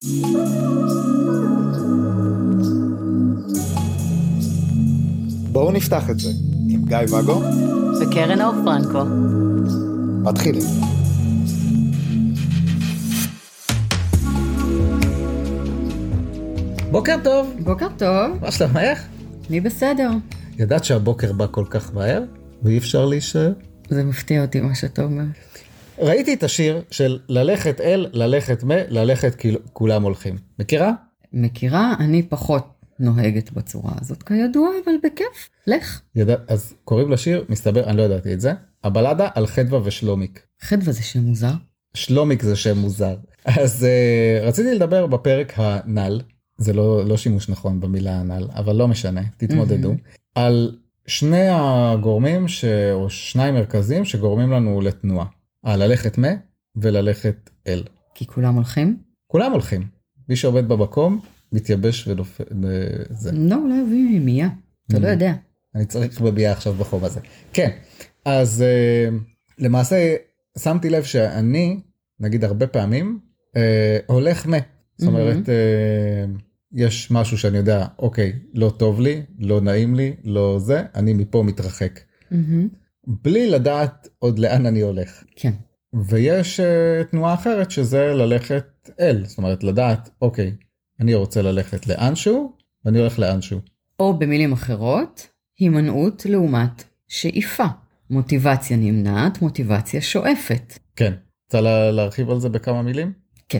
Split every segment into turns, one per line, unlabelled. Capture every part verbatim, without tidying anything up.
בואו נפתח את זה עם גיא וגו
וקרן אור פרנקו.
מתחילים.
בוקר טוב.
בוקר טוב.
מה שלומך?
אני בסדר.
ידעת שהבוקר בא כל כך מהר ואי אפשר להישאר?
זה מפתיע אותי מה שאתה אומר.
ראיתי את השיר של ללכת אל, ללכת מה, ללכת כאילו כולם הולכים. מכירה?
מכירה, אני פחות נוהגת בצורה הזאת כידוע, אבל בכיף, לך.
ידע, אז קוראים לשיר, מסתבר, אני לא ידעתי את זה, הבלדה על חדווה ושלומיק.
חדווה זה שם מוזר?
שלומיק זה שם מוזר. אז uh, רציתי לדבר בפרק הנ"ל, זה לא, לא שימוש נכון במילה הנ"ל, אבל לא משנה, תתמודדו, mm-hmm. על שני הגורמים, ש... או שניים מרכזיים שגורמים לנו לתנועה. על ללכת מה וללכת אל.
כי כולם הולכים?
כולם הולכים. מי שעובד במקום, מתייבש ונופל. זה.
לא, אולי הביא מייה. אתה לא יודע.
אני צריך בבייה עכשיו בחום הזה. כן. אז uh, למעשה שמתי לב שאני, נגיד הרבה פעמים, uh, הולך מה. זאת אומרת, uh, יש משהו שאני יודע, אוקיי, לא טוב לי, לא נעים לי, לא זה, אני מפה מתרחק. בלי לדעת עוד לאן אני הולך.
כן.
ויש uh, תנועה אחרת שזה ללכת אל. זאת אומרת, לדעת, אוקיי, אני רוצה ללכת לאנשהו, ואני הולך לאנשהו.
או במילים אחרות, הימנעות לעומת שאיפה. מוטיבציה נמנעת, מוטיבציה שואפת.
כן. רוצה לה, להרחיב על זה בכמה מילים?
כן.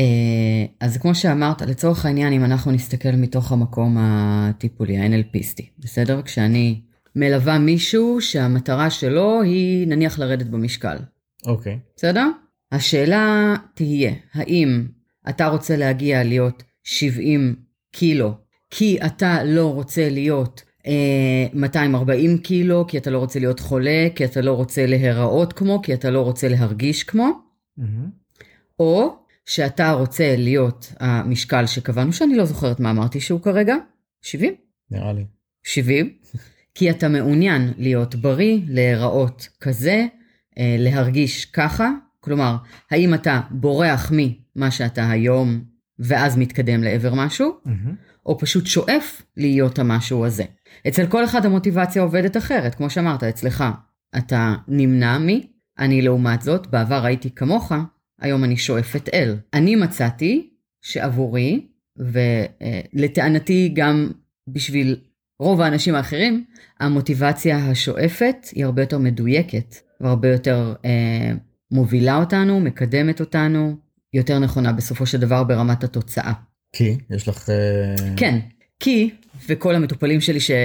אז כמו שאמרת, לצורך העניין, אם אנחנו נסתכל מתוך המקום הטיפולי, ה-אן אל פיסטי, בסדר? כשאני מלווה מישהו שהמטרה שלו היא נניח לרדת במשקל.
אוקיי. בסדר?
השאלה תהיה, האם אתה רוצה להגיע להיות שבעים קילו, כי אתה לא רוצה להיות אה, מאתיים וארבעים קילו, כי אתה לא רוצה להיות חולה, כי אתה לא רוצה להיראות כמו, כי אתה לא רוצה להרגיש כמו, mm-hmm. או שאתה רוצה להיות המשקל שקבענו, שאני לא זוכרת מה אמרתי שהוא כרגע, שבעים?
נראה לי.
שבעים, כי אתה מעוניין להיות בריא, להיראות כזה, אה, להרגיש ככה, כלומר, האם אתה בורח ממה שאתה היום, ואז מתקדם לעבר משהו, mm-hmm. או פשוט שואף להיות המשהו הזה. אצל כל אחד המוטיבציה עובדת אחרת, כמו שאמרת, אצלך אתה נמנע מי, אני לעומת זאת, בעבר הייתי כמוך, היום אני שואפת אל. אני מצאתי שעבורי, ולטענתי גם בשביל רוב האנשים האחרים, המוטיבציה השואפת היא הרבה יותר מדויקת, והרבה יותר אה, מובילה אותנו, מקדמת אותנו, יותר נכונה בסופו של דבר ברמת התוצאה.
כי? יש לך...
כן, כי, וכל המטופלים שלי ש...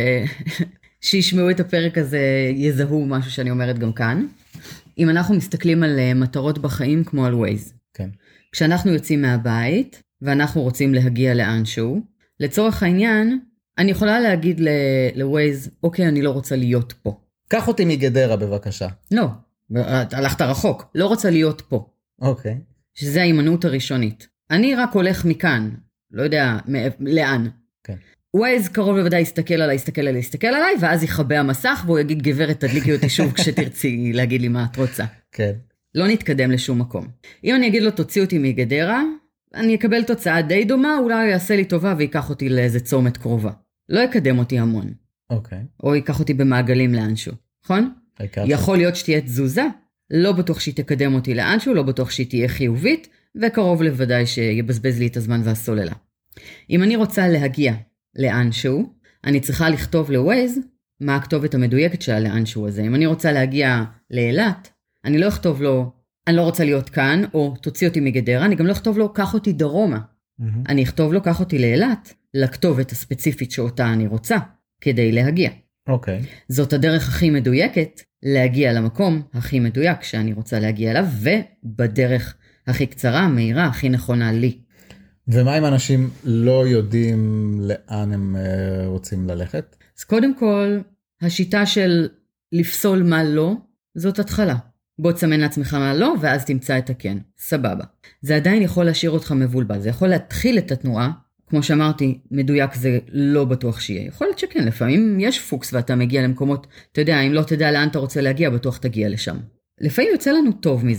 שישמעו את הפרק הזה יזהו משהו שאני אומרת גם כאן, אם אנחנו מסתכלים על מטרות בחיים כמו על ווייז.
כן.
כשאנחנו יוצאים מהבית, ואנחנו רוצים להגיע לאנשהו, לצורך העניין, אני יכולה להגיד לווייז, אוקיי, אני לא רוצה להיות פה.
קח אותי מגדרה בבקשה.
לא, הלכת רחוק, לא רוצה להיות פה.
אוקיי.
שזה ההימנעות הראשונית. אני רק הולך מכאן, לא יודע לאן.
כן.
ווייז קרוב לוודאי יסתכל עליי, יסתכל עליי, יסתכל עליי, ואז יחבא המסך, והוא יגיד, גברת, תדליקי אותי שוב כשתרצי להגיד לי מה את רוצה.
כן.
לא נתקדם לשום מקום. אם אני אגיד לו, תוציא אותי מגדרה, אני אקבל תוצאה די דומה, אולי הוא יעשה לי טובה ויקח אותי לאיזה צומת קרובה. לא יקדם אותי המון.
אוקיי.
או ייקח אותי במעגלים לאנשהו, נכון? יכול להיות שתהיה תזוזה, לא בטוח שהיא תקדם אותי לאנשהו, לא בטוח שהיא תהיה חיובית, וקרוב לוודאי שיבזבז לי את הזמן והסוללה. אם אני רוצה להגיע לאנשהו, אני צריכה לכתוב לווייז מה הכתובת המדויקת שלה לאנשהו הזה. אם אני רוצה להגיע לאילת, אני לא אכתוב לו, אני לא רוצה להיות כאן, או תוציא אותי מגדרה, אני גם לא אכתוב לו, קח אותי דרומה. Mm-hmm. אני אכתוב לו, קח אותי לאילת, לכתובת הספציפית שאותה אני רוצה, כדי להגיע.
אוקיי. Okay.
זאת הדרך הכי מדויקת, להגיע למקום הכי מדויק שאני רוצה להגיע אליו, ובדרך הכי קצרה, מהירה, הכי נכונה לי.
ומה אם אנשים לא יודעים לאן הם רוצים ללכת?
אז קודם כל, השיטה של לפסול מה לא, זאת התחלה. בוא תסמן לעצמך מה לא, ואז תמצא את הכן. סבבה. זה עדיין יכול להשאיר אותך מבולבל. זה יכול להתחיל את התנועה, כמו שאמרתי, מדויק זה לא בטוח שיהיה. יכול להיות שכן, לפעמים יש פוקס ואתה מגיע למקומות, אתה יודע, אם לא תדע לאן אתה רוצה להגיע, בטוח תגיע לשם. לפעמים יוצא לנו טוב מזה.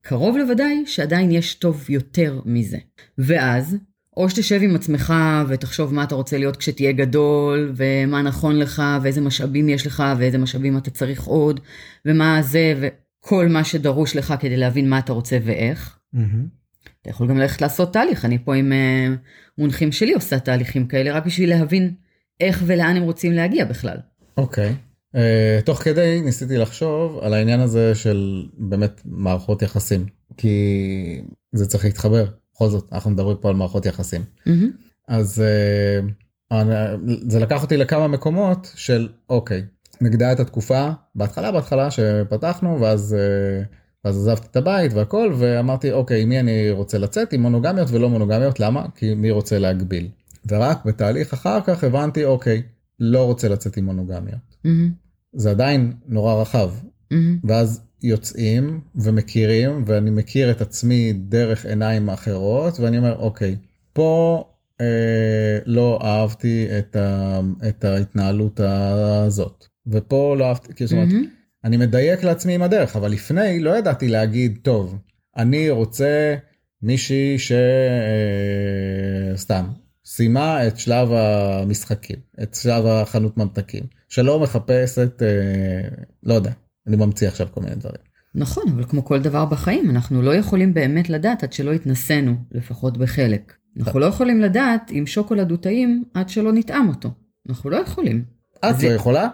קרוב לוודאי שעדיין יש טוב יותר מזה. ואז, או שתשב עם עצמך ותחשוב מה אתה רוצה להיות כשתהיה גדול, ומה נכון לך, ואיזה משאבים יש לך, ואיזה משאבים אתה צריך עוד, ומה זה, וכל מה שדרוש לך כדי להבין מה אתה רוצה ואיך. Mm-hmm. אתה יכול גם ללכת לעשות תהליך, אני פה עם uh, מונחים שלי עושה תהליכים כאלה, רק בשביל להבין איך ולאן הם רוצים להגיע בכלל.
אוקיי. Okay. Uh, תוך כדי ניסיתי לחשוב על העניין הזה של באמת מערכות יחסים, כי זה צריך להתחבר. בכל זאת, אנחנו מדברים פה על מערכות יחסים. Mm-hmm. אז uh, זה לקח אותי לכמה מקומות של, אוקיי, נגדעה את התקופה, בהתחלה, בהתחלה שפתחנו, ואז... Uh, אז עזבתי את הבית והכל, ואמרתי, אוקיי, עם מי אני רוצה לצאת? עם מונוגמיות ולא מונוגמיות, למה? כי מי רוצה להגביל. ורק בתהליך אחר כך הבנתי, אוקיי, לא רוצה לצאת עם מונוגמיות. Mm-hmm. זה עדיין נורא רחב. Mm-hmm. ואז יוצאים ומכירים, ואני מכיר את עצמי דרך עיניים אחרות, ואני אומר, אוקיי, פה אה, לא אהבתי את, ה, את ההתנהלות הזאת. ופה לא אהבתי, כי זאת אומרת, mm-hmm. אני מדייק לעצמי עם הדרך, אבל לפני לא ידעתי להגיד, טוב, אני רוצה מישהי ש... סתם, סיימה את שלב המשחקים, את שלב החנות ממתקים, שלא מחפשת, לא יודע, אני ממציא עכשיו כל מיני דברים.
נכון, אבל כמו כל דבר בחיים, אנחנו לא יכולים באמת לדעת עד שלא התנסינו, לפחות בחלק. אנחנו לא יכולים לדעת אם שוקולד הוא טעים עד שלא נטעם אותו. אנחנו לא יכולים.
את לא יכולה?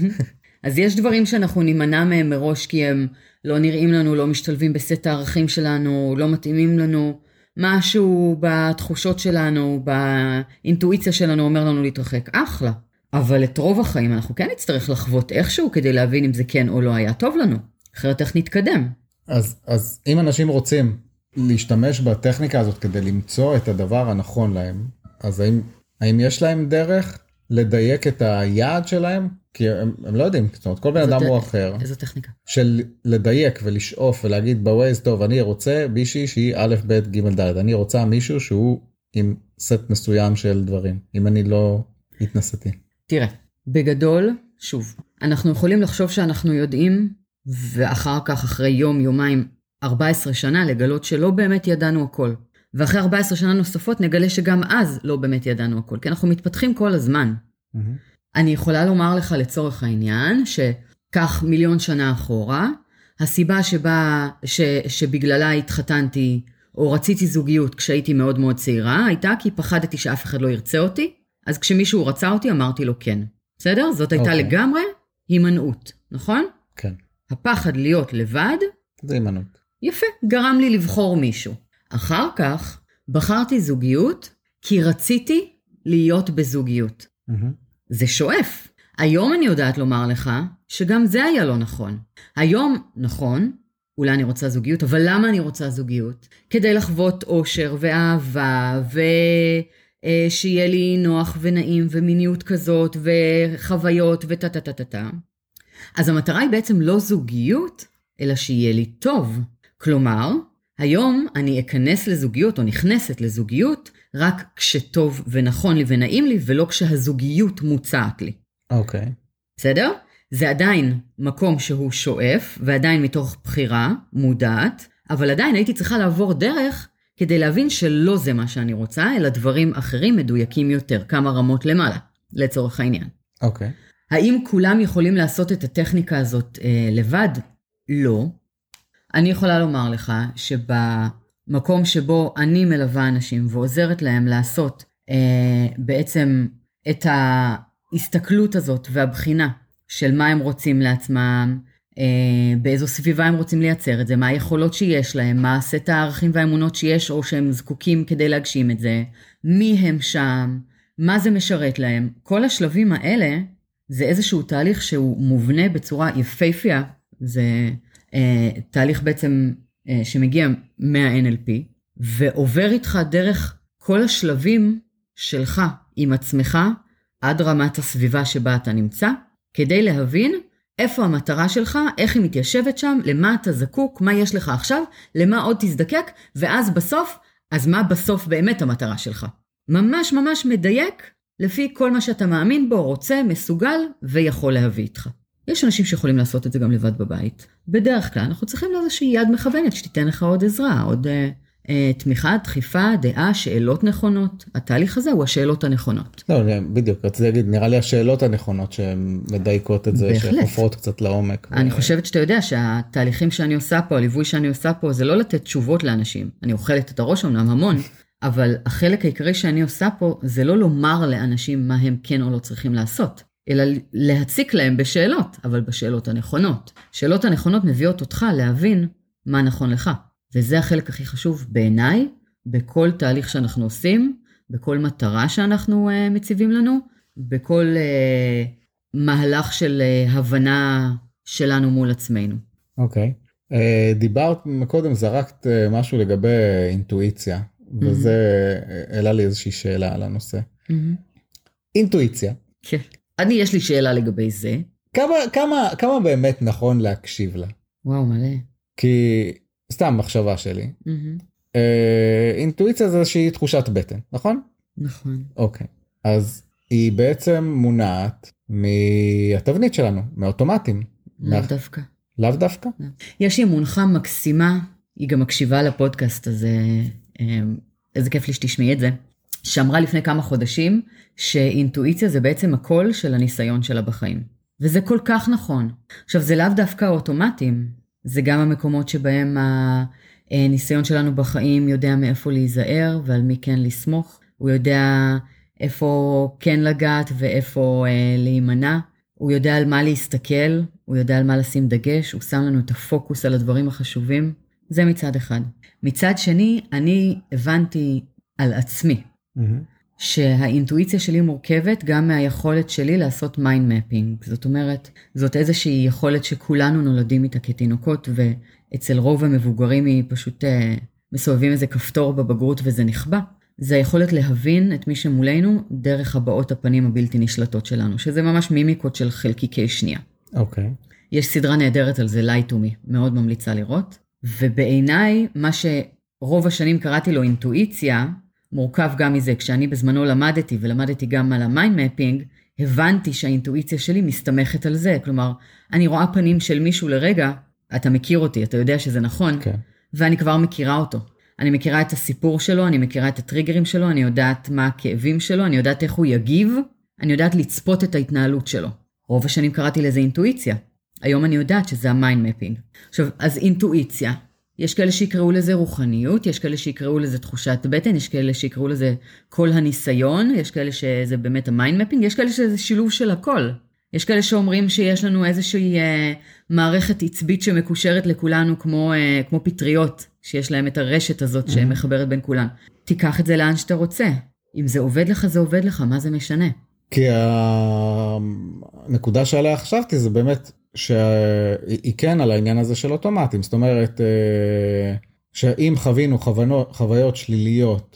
אז יש דברים שאנחנו נימנע מהם מראש, כי הם לא נראים לנו, לא משתלבים בסט הערכים שלנו, לא מתאימים לנו. משהו בתחושות שלנו, באינטואיציה שלנו אומר לנו להתרחק. אחלה. אבל את רוב החיים אנחנו כן נצטרך לחוות איכשהו כדי להבין אם זה כן או לא היה טוב לנו. אחרת איך נתקדם.
אז, אז אם אנשים רוצים להשתמש בטכניקה הזאת כדי למצוא את הדבר הנכון להם, אז האם, האם יש להם דרך לדייק את היעד שלהם? כי הם, הם לא יודעים, זאת אומרת, כל בן אדם הוא אחר.
איזו טכניקה?
של לדייק ולשאוף ולהגיד בווייז, טוב, אני רוצה מישהי שהיא א', ב', ג', ד', אני רוצה מישהו שהוא עם סט מסוים של דברים, אם אני לא התנסיתי.
תראה, בגדול, שוב, אנחנו יכולים לחשוב שאנחנו יודעים, ואחר כך, אחרי יום, יומיים, ארבע עשרה שנה, לגלות שלא באמת ידענו הכל. ואחרי ארבע עשרה שנה נוספות, נגלה שגם אז לא באמת ידענו הכל, כי אנחנו מתפתחים כל הזמן. Mm-hmm. אני יכולה לומר לך לצורך העניין, שכך מיליון שנה אחורה, הסיבה שבה, ש, שבגללה התחתנתי, או רציתי זוגיות כשהייתי מאוד מאוד צעירה, הייתה כי פחדתי שאף אחד לא ירצה אותי, אז כשמישהו רצה אותי אמרתי לו כן. בסדר? זאת הייתה okay. לגמרי הימנעות, נכון?
כן.
הפחד להיות לבד,
זה הימנעות.
יפה, גרם לי לבחור מישהו. אחר כך בחרתי זוגיות, כי רציתי להיות בזוגיות. Mm-hmm. זה שואף. היום אני יודעת לומר לך שגם זה היה לא נכון. היום, נכון, אולי אני רוצה זוגיות, אבל למה אני רוצה זוגיות? כדי לחוות אושר ואהבה, ושיהיה לי נוח ונעים ומיניות כזאת, וחוויות וטטטטטטה. אז המטרה היא בעצם לא זוגיות, אלא שיהיה לי טוב. כלומר, היום אני אכנס לזוגיות או נכנסת לזוגיות, רק כשטוב ונכון לי ונעים לי, ולא כשהזוגיות מוצעת לי.
אוקיי. Okay.
בסדר? זה עדיין מקום שהוא שואף, ועדיין מתוך בחירה מודעת, אבל עדיין הייתי צריכה לעבור דרך, כדי להבין שלא זה מה שאני רוצה, אלא דברים אחרים מדויקים יותר, כמה רמות למעלה, לצורך העניין.
אוקיי. Okay.
האם כולם יכולים לעשות את הטכניקה הזאת אה, לבד? לא. אני יכולה לומר לך שבמקום שבו אני מלווה אנשים ועוזרת להם לעשות אה, בעצם את ההסתכלות הזאת והבחינה של מה הם רוצים לעצמם, אה, באיזו סביבה הם רוצים לייצר את זה, מה היכולות שיש להם, מה סט הערכים והאמונות שיש או שהם זקוקים כדי להגשים את זה, מי הם שם, מה זה משרת להם. כל השלבים האלה זה איזשהו תהליך שהוא מובנה בצורה יפהפייה, זה uh, תהליך בעצם uh, שמגיע מה-אן אל פי, ועובר איתך דרך כל השלבים שלך עם עצמך, עד רמת הסביבה שבה אתה נמצא, כדי להבין איפה המטרה שלך, איך היא מתיישבת שם, למה אתה זקוק, מה יש לך עכשיו, למה עוד תזדקק, ואז בסוף, אז מה בסוף באמת המטרה שלך. ממש ממש מדייק, לפי כל מה שאתה מאמין בו, רוצה, מסוגל ויכול להביא איתך. יש אנשים שיכולים לעשות את זה גם לבד בבית. בדרך כלל אנחנו צריכים לאיזושהי יד מכוונת שתיתן לך עוד עזרה, עוד אה, אה, תמיכה, דחיפה, דעה, שאלות נכונות. התהליך הזה הוא השאלות הנכונות.
לא, בדיוק, רציתי להגיד, נראה לי השאלות הנכונות שמדייקות את זה,
בהחלט.
שחופרות קצת לעומק.
אני
ו...
חושבת שאתה יודע שהתהליכים שאני עושה פה, הליווי שאני עושה פה, זה לא לתת תשובות לאנשים. אני אוכלת את הראש אומנם המון, אבל החלק העיקרי שאני עושה פה, זה לא לומר לאנשים מה הם כן או לא צריכים לעשות, אלא להציק להם בשאלות, אבל בשאלות הנכונות. שאלות הנכונות מביאות אותך להבין מה נכון לך. וזה החלק הכי חשוב בעיניי, בכל תהליך שאנחנו עושים, בכל מטרה שאנחנו uh, מציבים לנו, בכל uh, מהלך של uh, הבנה שלנו מול עצמנו.
אוקיי. Okay. Uh, דיברת מקודם, זרקת uh, משהו לגבי אינטואיציה, mm-hmm. וזה העלה לי איזושהי שאלה על הנושא. Mm-hmm. אינטואיציה.
כן. אני, יש לי שאלה לגבי זה.
כמה, כמה, כמה באמת נכון להקשיב לה?
וואו, מלא.
כי, סתם מחשבה שלי, mm-hmm. אה, אינטואיציה זה איזושהי תחושת בטן, נכון?
נכון.
אוקיי. אז היא בעצם מונעת מהתבנית שלנו, מאוטומטים.
לאו
מה...
דווקא.
לאו דווקא?
יש לי מונחה מקסימה, היא גם מקשיבה לפודקאסט הזה, איזה כיף לי שתשמעי את זה, שאמרה לפני כמה חודשים, שאינטואיציה זה בעצם הקול של הניסיון שלה בחיים. וזה כל כך נכון. עכשיו, זה לאו דווקא אוטומטים, זה גם המקומות שבהם הניסיון שלנו בחיים יודע מאיפה להיזהר, ועל מי כן לסמוך. הוא יודע איפה כן לגעת ואיפה אה, להימנע. הוא יודע על מה להסתכל, הוא יודע על מה לשים דגש, הוא שם לנו את הפוקוס על הדברים החשובים. זה מצד אחד. מצד שני, אני הבנתי על עצמי, mm-hmm. שהאינטואיציה שלי מורכבת גם מהיכולת שלי לעשות מיינד מפינג. זאת אומרת, זאת איזושהי יכולת שכולנו נולדים איתה כתינוקות, ואצל רוב המבוגרים היא פשוט אה, מסובבים איזה כפתור בבגרות וזה נכבה. זה היכולת להבין את מי שמולנו דרך הבעות הפנים הבלתי נשלטות שלנו, שזה ממש מימיקות של חלקיקי שנייה.
אוקיי. Okay.
יש סדרה נהדרת על זה, Lie to me, מאוד ממליצה לראות. ובעיניי, מה שרוב השנים קראתי לו אינטואיציה, מורכב גם מזה. כשאני בזמנו למדתי, ולמדתי גם על המיינד מפינג, הבנתי שהאינטואיציה שלי מסתמכת על זה. כלומר, אני רואה פנים של מישהו לרגע, אתה מכיר אותי, אתה יודע שזה נכון, okay. ואני כבר מכירה אותו. אני מכירה את הסיפור שלו, אני מכירה את הטריגרים שלו, אני יודעת מה הכאבים שלו, אני יודעת איך הוא יגיב, אני יודעת לצפות את ההתנהלות שלו. רוב השנים קראתי לזה אינטואיציה. היום אני יודעת שזה המיינד מפינג. עכשיו, אז אינטואיציה. יש כאלה שיקראו לזה רוחניות, יש כאלה שיקראו לזה תחושת בטן, יש כאלה שיקראו לזה כל הניסיון, יש כאלה שזה באמת המיינד מפינג, יש כאלה שזה שילוב של הכל. יש כאלה שאומרים שיש לנו איזושהי אה, מערכת עצבית שמקושרת לכולנו כמו, אה, כמו פטריות, שיש להם את הרשת הזאת שמחברת בין כולן. תיקח את זה לאן שאתה רוצה. אם זה עובד לך, זה עובד לך, מה זה משנה? כי
הנקודה שעליה חשבתי זה באמת שהיא כן על העניין הזה של אוטומטים. זאת אומרת, שאם חווינו חוויות שליליות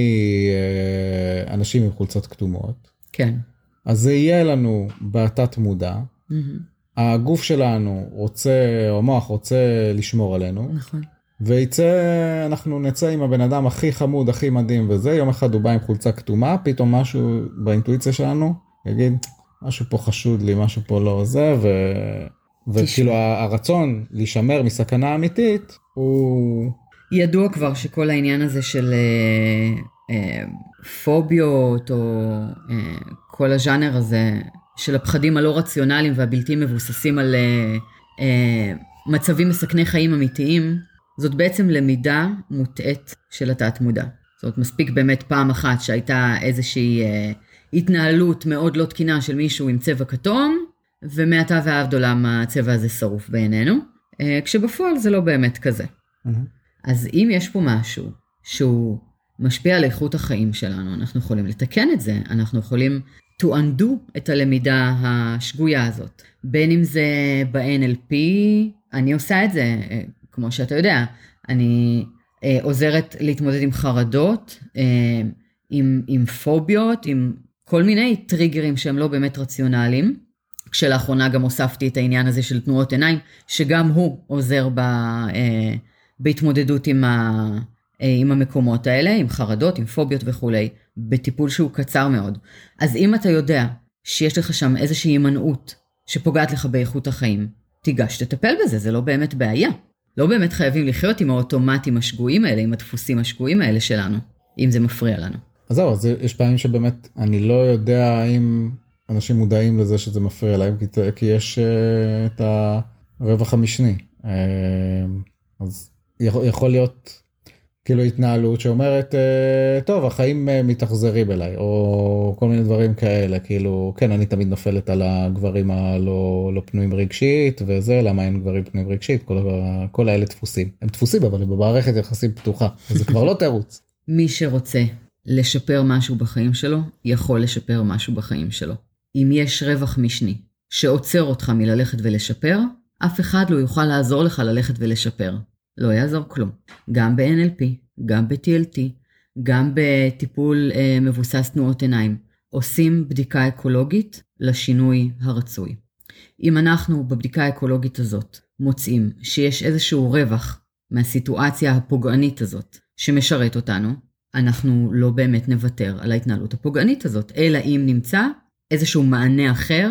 מאנשים עם חולצות כתומות,
כן.
אז זה יהיה לנו בתת מודע. Mm-hmm. הגוף שלנו רוצה, או המוח רוצה לשמור עלינו.
נכון.
ויצא, אנחנו נצא עם הבן אדם הכי חמוד, הכי מדהים וזה, יום אחד הוא בא עם חולצה כתומה, פתאום משהו באינטואיציה שלנו, יגיד, משהו פה חשוד לי, משהו פה לא זה, ו... וכאילו הרצון להישמר מסכנה אמיתית, הוא...
ידוע כבר שכל העניין הזה של אה, אה, פוביות, או אה, כל הז'אנר הזה, של הפחדים הלא רציונליים והבלתי מבוססים על אה, אה, מצבים מסכני חיים אמיתיים, זאת בעצם למידה מוטעת של התת מודע. זאת אומרת, מספיק באמת פעם אחת שהייתה איזושהי אה, התנהלות מאוד לא תקינה של מישהו עם צבע כתום, ומעתה ועד עולם הצבע הזה שרוף בעינינו, אה, כשבפועל זה לא באמת כזה. Mm-hmm. אז אם יש פה משהו שהוא משפיע על איכות החיים שלנו, אנחנו יכולים לתקן את זה, אנחנו יכולים to undo את הלמידה השגויה הזאת. בין אם זה ב-אן אל פי, אני עושה את זה, כמו שאתה יודע, אני אה, עוזרת להתמודד עם חרדות, אה, עם, עם פוביות, עם כל מיני טריגרים שהם לא באמת רציונליים, כשלאחרונה גם הוספתי את העניין הזה של תנועות עיניים, שגם הוא עוזר ב, אה, בהתמודדות עם, ה, אה, עם המקומות האלה, עם חרדות, עם פוביות וכו', בטיפול שהוא קצר מאוד. אז אם אתה יודע שיש לך שם איזושהי הימנעות שפוגעת לך באיכות החיים, תיגש תטפל בזה, זה לא באמת בעיה. לא באמת חייבים לחיות עם האוטומטים השגויים האלה, עם הדפוסים השגויים האלה שלנו, אם זה מפריע לנו.
אז זהו, אז יש פעמים שבאמת אני לא יודע האם אנשים מודעים לזה שזה מפריע להם, כי, כי יש uh, את הרווח המשני. Uh, אז יכול, יכול להיות כאילו התנהלות שאומרת, uh, טוב, החיים uh, מתאכזרים אליי, או כל מיני דברים כאלה, כאילו, כן, אני תמיד נופלת על הגברים הלא לא פנויים רגשית, וזה, למה אין גברים פנויים רגשית, כל, כל האלה דפוסים. הם דפוסים, אבל הם במערכת יחסים פתוחה, אז זה כבר לא תירוץ.
מי שרוצה לשפר משהו בחיים שלו, יכול לשפר משהו בחיים שלו. אם יש רווח משני שעוצר אותך מללכת ולשפר, אף אחד לא יוכל לעזור לך ללכת ולשפר. לא יעזור כלום. גם ב-אן אל פי, גם ב-טי אל טי, גם בטיפול אה, מבוסס תנועות עיניים. עושים בדיקה אקולוגית לשינוי הרצוי. אם אנחנו בבדיקה האקולוגית הזאת מוצאים שיש איזשהו רווח מהסיטואציה הפוגענית הזאת שמשרת אותנו, אנחנו לא באמת נוותר על ההתנהלות הפוגענית הזאת, אלא אם נמצא איזשהו מענה אחר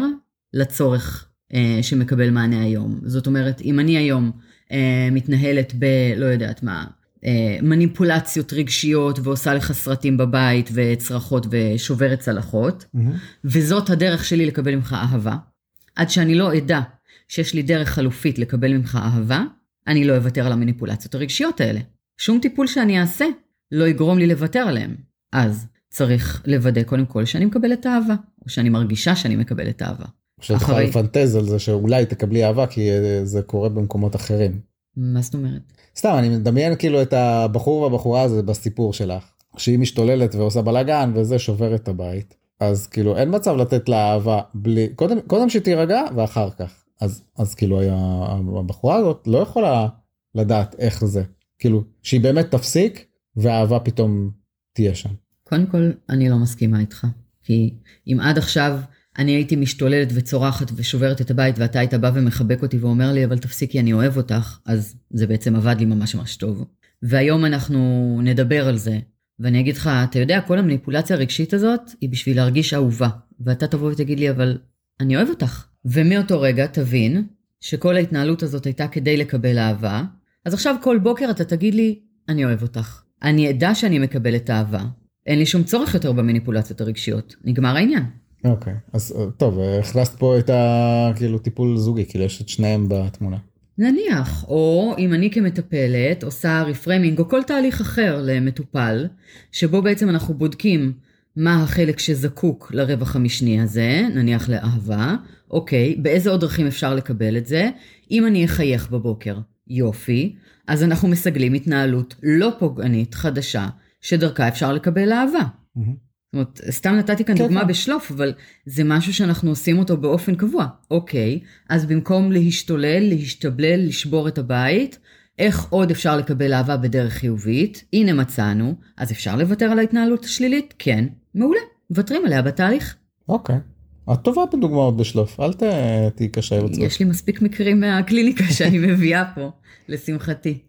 לצורך אה, שמקבל מענה היום. זאת אומרת, אם אני היום אה, מתנהלת ב, לא יודעת מה, אה, מניפולציות רגשיות ועושה לך סרטים בבית וצרחות ושוברת צלחות, mm-hmm. וזאת הדרך שלי לקבל ממך אהבה, עד שאני לא אדע שיש לי דרך חלופית לקבל ממך אהבה, אני לא אוותר על המניפולציות הרגשיות האלה. שום טיפול שאני אעשה לא יגרום לי לוותר עליהם. אז צריך לוודא קודם כל שאני מקבלת אהבה, או שאני מרגישה שאני מקבלת אהבה.
שאת יכולה לפנטז על זה שאולי תקבלי אהבה, כי זה קורה במקומות אחרים.
מה זאת אומרת?
סתם, אני מדמיין כאילו את הבחור והבחורה הזה בסיפור שלך, שהיא משתוללת ועושה בלגן וזה שובר את הבית, אז כאילו אין מצב לתת לה אהבה בלי, קודם, קודם שתירגע ואחר כך. אז, אז כאילו הבחורה הזאת לא יכולה לדעת איך זה, כאילו שהיא באמת תפסיק והאהבה פתאום תהיה שם.
קודם כל, אני לא מסכימה איתך, כי אם עד עכשיו אני הייתי משתוללת וצורחת ושוברת את הבית, ואתה היית בא ומחבק אותי ואומר לי, אבל תפסיקי, אני אוהב אותך, אז זה בעצם עבד לי ממש ממש טוב. והיום אנחנו נדבר על זה, ואני אגיד לך, אתה יודע, כל המניפולציה הרגשית הזאת היא בשביל להרגיש אהובה, ואתה תבוא ותגיד לי, אבל אני אוהב אותך. ומאותו רגע תבין שכל ההתנהלות הזאת הייתה כדי לקבל אהבה, אז עכשיו כל בוקר אתה תגיד לי, אני אוהב אותך. אני אדע שאני מקבל את האהבה. אין לי שום צורך יותר במניפולציות הרגשיות. נגמר העניין.
אוקיי, אז טוב, הכנסת פה את ה, כאילו, טיפול זוגי, כאילו יש את שניהם בתמונה.
נניח, או אם אני כמטפלת עושה ריפריימינג, או כל תהליך אחר למטופל, שבו בעצם אנחנו בודקים מה החלק שזקוק לרווח המשני הזה, נניח לאהבה, אוקיי, באיזה עוד דרכים אפשר לקבל את זה? אם אני אחייך בבוקר, יופי, אז אנחנו מסגלים התנהלות לא פוגענית, חדשה, שדרכה אפשר לקבל אהבה. Mm-hmm. זאת אומרת, סתם נתתי כאן דוגמה בשלוף, אבל זה משהו שאנחנו עושים אותו באופן קבוע. אוקיי, אז במקום להשתולל, להשתבלל, לשבור את הבית, איך עוד אפשר לקבל אהבה בדרך חיובית? הנה מצאנו, אז אפשר לוותר על ההתנהלות השלילית? כן, מעולה, מוותרים עליה בתהליך.
אוקיי, את טובה בדוגמאות בשלוף, אל תהי קשה יוצא.
יש לי מספיק מקרים מהקליניקה שאני מביאה פה, לשמחתי.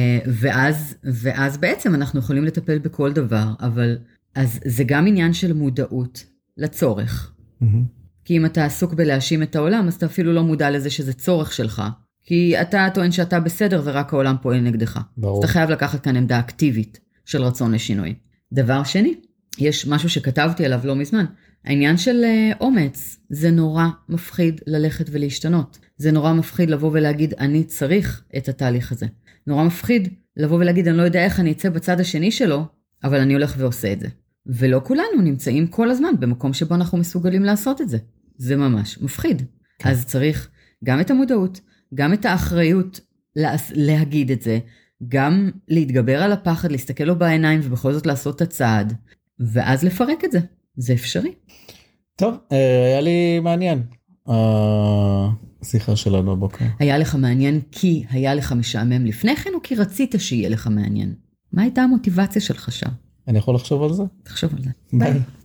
ואז, ואז בעצם אנחנו יכולים לטפל בכל דבר, אבל אז זה גם עניין של מודעות לצורך. Mm-hmm. כי אם אתה עסוק בלהאשים את העולם, אז אתה אפילו לא מודע לזה שזה צורך שלך. כי אתה טוען שאתה בסדר ורק העולם פועל נגדך. ברור. אז אתה חייב לקחת כאן עמדה אקטיבית של רצון לשינוי. דבר שני, יש משהו שכתבתי עליו לא מזמן. העניין של אומץ, זה נורא מפחיד ללכת ולהשתנות. זה נורא מפחיד לבוא ולהגיד, אני צריך את התהליך הזה. נורא מפחיד לבוא ולהגיד, אני לא יודע איך אני אצא בצד השני שלו, אבל אני הולך ועושה את זה. ולא כולנו נמצאים כל הזמן במקום שבו אנחנו מסוגלים לעשות את זה. זה ממש מפחיד. כן. אז צריך גם את המודעות, גם את האחריות לה, להגיד את זה, גם להתגבר על הפחד, להסתכל לו בעיניים ובכל זאת לעשות את הצעד, ואז לפרק את זה. זה אפשרי.
טוב, היה לי מעניין. השיחה שלנו הבוקר. היה
לך מעניין כי היה לך משעמם לפני כן, או כי רצית שיהיה לך מעניין? מה הייתה המוטיבציה שלך שם?
אני יכול לחשוב על זה?
תחשוב על זה.
ביי.